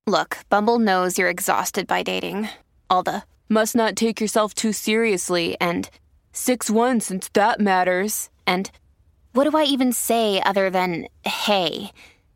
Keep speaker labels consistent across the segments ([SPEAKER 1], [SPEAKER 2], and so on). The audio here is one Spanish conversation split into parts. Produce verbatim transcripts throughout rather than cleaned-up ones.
[SPEAKER 1] Look, Bumble knows you're exhausted by dating. All the must not take yourself too seriously and six one since that matters. And what do I even say other than hey?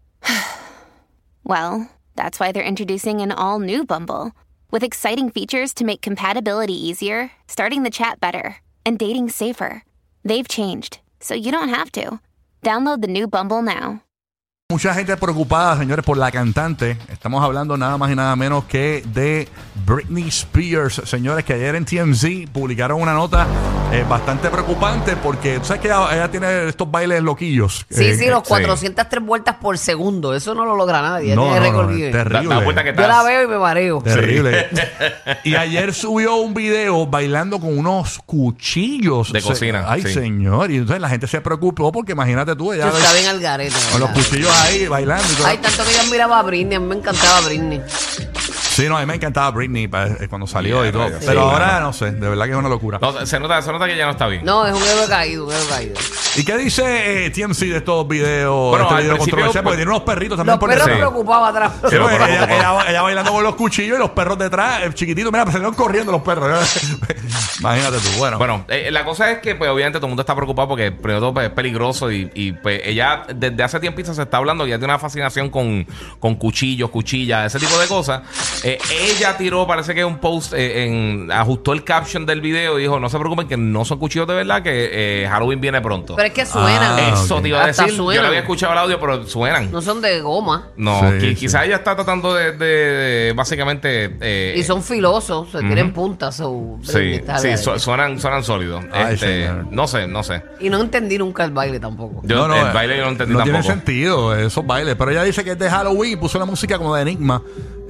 [SPEAKER 1] Well, that's why they're introducing an all-new Bumble with exciting features to make compatibility easier, starting the chat better, and dating safer. They've changed, so you don't have to. Download the new Bumble now.
[SPEAKER 2] Mucha gente preocupada, señores, por la cantante. Estamos hablando nada más y nada menos que de Britney Spears, señores, que ayer en T M Z publicaron una nota eh, bastante preocupante porque tú sabes que ella, ella tiene estos bailes loquillos.
[SPEAKER 3] Sí,
[SPEAKER 2] eh,
[SPEAKER 3] sí, los
[SPEAKER 2] sí.
[SPEAKER 3] cuatrocientas tres vueltas por segundo. Eso no lo logra nadie.
[SPEAKER 2] No,
[SPEAKER 3] tiene
[SPEAKER 2] no,
[SPEAKER 3] récord
[SPEAKER 2] no,
[SPEAKER 3] Guinness.
[SPEAKER 2] terrible.
[SPEAKER 4] Da, da cuenta que
[SPEAKER 3] Yo la veo y me mareo.
[SPEAKER 2] Terrible. Y ayer subió un video bailando con unos cuchillos
[SPEAKER 4] de cocina.
[SPEAKER 2] Ay,
[SPEAKER 4] sí.
[SPEAKER 2] señor. Y entonces la gente se preocupó porque imagínate tú, ella
[SPEAKER 3] Yo estaba bien al garete.
[SPEAKER 2] con los cuchillos ahí bailando y todo.
[SPEAKER 3] Ay, tanto que yo admiraba a Britney. A mí me encantaba Britney.
[SPEAKER 2] Sí, no, a mí me encantaba Britney cuando salió
[SPEAKER 4] Yeah,
[SPEAKER 2] y todo.
[SPEAKER 4] sí,
[SPEAKER 2] Pero
[SPEAKER 4] sí,
[SPEAKER 2] ahora
[SPEAKER 4] claro.
[SPEAKER 2] no sé, de verdad que es una locura.
[SPEAKER 4] No, se, nota, se nota que ya no está bien.
[SPEAKER 3] No, es un héroe caído, un héroe caído.
[SPEAKER 2] ¿Y qué dice eh, T M Z de estos videos?
[SPEAKER 4] Bueno,
[SPEAKER 2] este
[SPEAKER 4] al
[SPEAKER 2] video
[SPEAKER 4] principio,
[SPEAKER 2] controversial? Porque
[SPEAKER 4] pues,
[SPEAKER 2] tiene unos perritos también
[SPEAKER 3] Los
[SPEAKER 2] por
[SPEAKER 3] perros
[SPEAKER 2] detrás.
[SPEAKER 3] me preocupaban atrás.
[SPEAKER 2] Sí,
[SPEAKER 4] los
[SPEAKER 2] porque
[SPEAKER 4] perros
[SPEAKER 2] ella,
[SPEAKER 4] preocupaban.
[SPEAKER 2] ella- ella bailando con los cuchillos y los perros detrás, el chiquitito, mira, pues salieron corriendo los perros. Imagínate tú, bueno.
[SPEAKER 4] Bueno, eh, la cosa es que pues obviamente todo el mundo está preocupado porque primero todo pues, es peligroso y, y pues ella desde hace tiempito se está hablando que ella tiene una fascinación con, con cuchillos, cuchillas, ese tipo de cosas. Eh, ella tiró, parece que un post, eh, en, ajustó el caption del video y dijo, no se preocupen que no son cuchillos de verdad, que eh, Halloween viene pronto.
[SPEAKER 3] Pero es que suenan.
[SPEAKER 2] Ah,
[SPEAKER 4] Eso
[SPEAKER 2] ok.
[SPEAKER 4] te iba a
[SPEAKER 3] Hasta
[SPEAKER 4] decir. Yo
[SPEAKER 3] suenan.
[SPEAKER 4] no había escuchado el audio, pero suenan.
[SPEAKER 3] No son de goma.
[SPEAKER 4] No,
[SPEAKER 2] Sí,
[SPEAKER 4] qui-
[SPEAKER 2] sí.
[SPEAKER 4] quizás ella está tratando de, de- de básicamente... eh,
[SPEAKER 3] Y son filosos. Se tienen puntas. o
[SPEAKER 4] Sí,
[SPEAKER 3] Britney está al
[SPEAKER 4] sí,
[SPEAKER 3] garete.
[SPEAKER 4] su- suenan, suenan sólidos.
[SPEAKER 2] Ay,
[SPEAKER 4] Este,
[SPEAKER 2] señor.
[SPEAKER 4] no sé, no sé.
[SPEAKER 3] Y no entendí nunca el baile tampoco.
[SPEAKER 4] Yo
[SPEAKER 2] No, no,
[SPEAKER 4] el
[SPEAKER 2] eh,
[SPEAKER 4] baile yo no entendí
[SPEAKER 2] no
[SPEAKER 4] tampoco.
[SPEAKER 2] tiene sentido esos bailes. Pero ella dice que es de Halloween y puso la música como de Enigma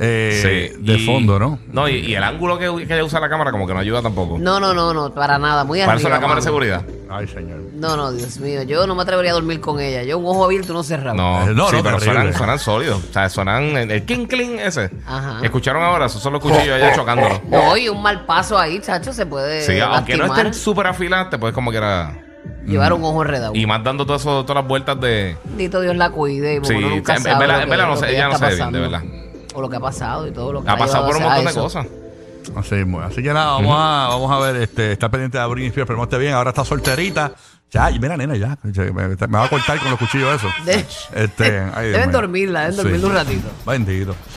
[SPEAKER 2] eh,
[SPEAKER 4] Sí,
[SPEAKER 2] de
[SPEAKER 4] y-
[SPEAKER 2] fondo, ¿no?
[SPEAKER 4] No, y, y el ángulo que, que ella usa la cámara como que no ayuda tampoco.
[SPEAKER 3] No, no, no, no, para nada. Muy
[SPEAKER 4] Para eso
[SPEAKER 3] arriba.
[SPEAKER 4] la cámara de
[SPEAKER 3] mano.
[SPEAKER 4] seguridad.
[SPEAKER 2] Ay, señor.
[SPEAKER 3] No, no, Dios mío. Yo no me atrevería a dormir con ella. Yo un ojo abierto y no cerrado.
[SPEAKER 4] No,
[SPEAKER 2] Eh, no,
[SPEAKER 4] sí,
[SPEAKER 2] no,
[SPEAKER 4] pero
[SPEAKER 2] terrible.
[SPEAKER 4] suenan, suenan sólidos. O sea, suenan el, el cling cling ese.
[SPEAKER 3] Ajá.
[SPEAKER 4] ¿Escucharon ahora? Esos son los cuchillos allá chocándolo.
[SPEAKER 3] No, y un mal paso ahí, chacho, se puede
[SPEAKER 4] Sí, aunque no
[SPEAKER 3] lastimar.
[SPEAKER 4] estén súper afiladas, te puedes como que era...
[SPEAKER 3] Llevar un ojo enredado.
[SPEAKER 4] Y más dando todo eso, todas las vueltas de...
[SPEAKER 3] Bendito Dios la cuide. Y
[SPEAKER 4] Sí,
[SPEAKER 3] uno nunca
[SPEAKER 4] en- en
[SPEAKER 3] sabe
[SPEAKER 4] verdad-
[SPEAKER 3] lo
[SPEAKER 4] en
[SPEAKER 3] que-
[SPEAKER 4] verdad no
[SPEAKER 3] lo
[SPEAKER 4] sé,
[SPEAKER 3] que
[SPEAKER 4] ella no
[SPEAKER 3] está
[SPEAKER 4] se ve bien, de
[SPEAKER 3] pasando.
[SPEAKER 4] verdad.
[SPEAKER 3] O lo que ha pasado y todo lo que
[SPEAKER 4] Ha pasado por un
[SPEAKER 3] llevado
[SPEAKER 4] montón
[SPEAKER 3] a
[SPEAKER 4] de
[SPEAKER 3] eso.
[SPEAKER 4] cosas.
[SPEAKER 2] Así, mismo. Así que nada, vamos, a, vamos a ver, este, está pendiente de Britney Spears, pero no esté bien, ahora está solterita. Ya, y mira, nena, ya. Me, me va a cortar con los cuchillos eso.
[SPEAKER 3] De-
[SPEAKER 2] Este, ay, Dios
[SPEAKER 3] Deben
[SPEAKER 2] mío.
[SPEAKER 3] dormirla, deben
[SPEAKER 2] Sí.
[SPEAKER 3] dormirla un ratito.
[SPEAKER 2] Bendito.